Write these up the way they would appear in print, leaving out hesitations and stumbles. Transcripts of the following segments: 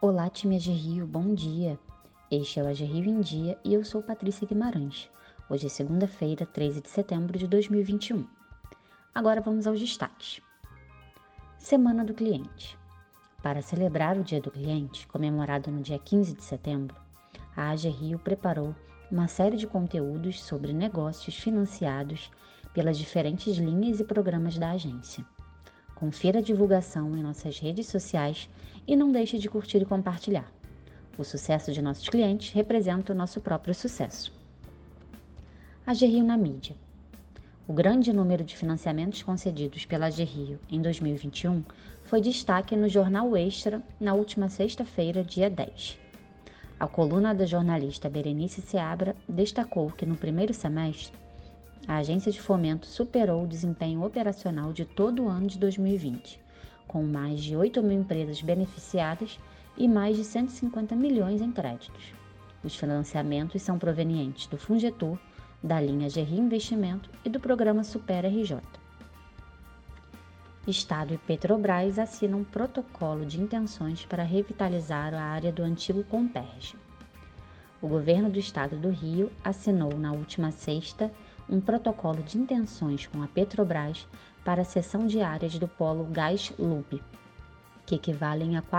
Olá, time AG Rio, bom dia! Este é o AG Rio em Dia e eu sou Patrícia Guimarães. Hoje é segunda-feira, 13 de setembro de 2021. Agora vamos aos destaques. Semana do Cliente. Para celebrar o Dia do Cliente, comemorado no dia 15 de setembro, a AG Rio preparou uma série de conteúdos sobre negócios financiados pelas diferentes linhas e programas da agência. Confira a divulgação em nossas redes sociais e não deixe de curtir e compartilhar. O sucesso de nossos clientes representa o nosso próprio sucesso. AG Rio na mídia. O grande número de financiamentos concedidos pela AG Rio em 2021 foi destaque no Jornal Extra na última sexta-feira, dia 10. A coluna da jornalista Berenice Seabra destacou que no primeiro semestre, a agência de fomento superou o desempenho operacional de todo o ano de 2020, com mais de 8 mil empresas beneficiadas e mais de 150 milhões em créditos. Os financiamentos são provenientes do Fungetor, da linha AG Rio Investimento e do programa Super RJ. Estado e Petrobras assinam um protocolo de intenções para revitalizar a área do antigo Comperj. O governo do estado do Rio assinou na última sexta um protocolo de intenções com a Petrobras para a cessão de áreas do polo Gás Lub, que equivalem a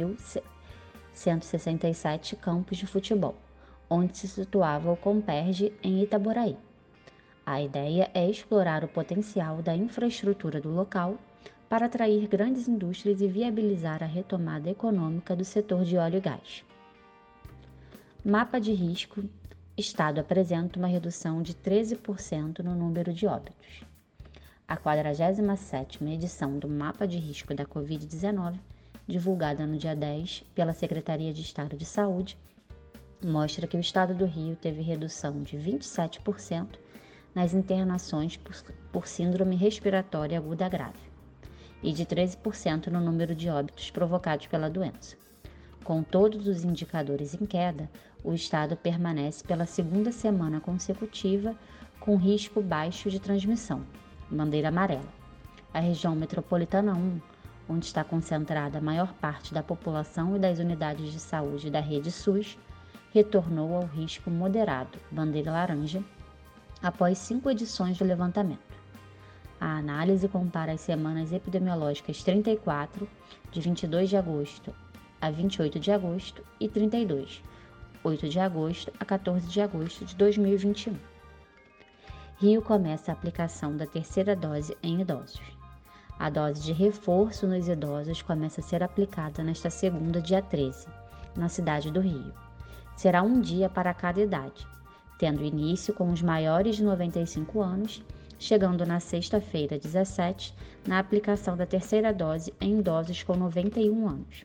4.167 campos de futebol, onde se situava o Comperj em Itaboraí. A ideia é explorar o potencial da infraestrutura do local para atrair grandes indústrias e viabilizar a retomada econômica do setor de óleo e gás. Mapa de risco. Estado apresenta uma redução de 13% no número de óbitos. A 47ª edição do Mapa de Risco da Covid-19, divulgada no dia 10 pela Secretaria de Estado de Saúde, mostra que o estado do Rio teve redução de 27% nas internações por síndrome respiratória aguda grave e de 13% no número de óbitos provocados pela doença. Com todos os indicadores em queda, o estado permanece pela segunda semana consecutiva com risco baixo de transmissão, bandeira amarela. A região metropolitana 1, onde está concentrada a maior parte da população e das unidades de saúde da rede SUS, retornou ao risco moderado, bandeira laranja, após 5 edições do levantamento. A análise compara as semanas epidemiológicas 34, de 22 de agosto a 28 de agosto, e 32, 8 de agosto a 14 de agosto de 2021. Rio começa a aplicação da terceira dose em idosos. A dose de reforço nos idosos começa a ser aplicada nesta segunda, dia 13, na cidade do Rio. Será um dia para cada idade, tendo início com os maiores de 95 anos, chegando na sexta-feira, 17, na aplicação da terceira dose em idosos com 91 anos.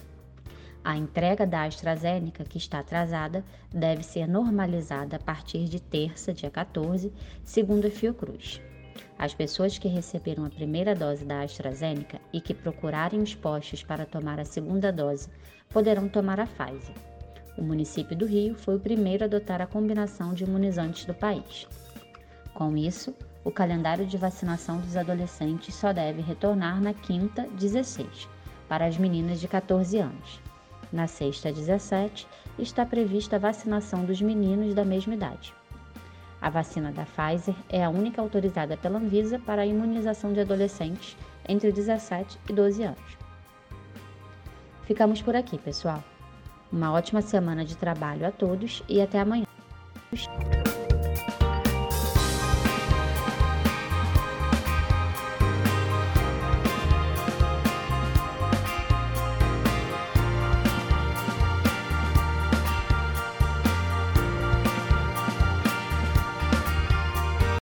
A entrega da AstraZeneca, que está atrasada, deve ser normalizada a partir de terça, dia 14, segundo a Fiocruz. As pessoas que receberam a primeira dose da AstraZeneca e que procurarem os postos para tomar a segunda dose poderão tomar a Pfizer. O município do Rio foi o primeiro a adotar a combinação de imunizantes do país. Com isso, o calendário de vacinação dos adolescentes só deve retornar na quinta, 16, para as meninas de 14 anos. Na sexta, 17, está prevista a vacinação dos meninos da mesma idade. A vacina da Pfizer é a única autorizada pela Anvisa para a imunização de adolescentes entre 17 e 12 anos. Ficamos por aqui, pessoal. Uma ótima semana de trabalho a todos e até amanhã.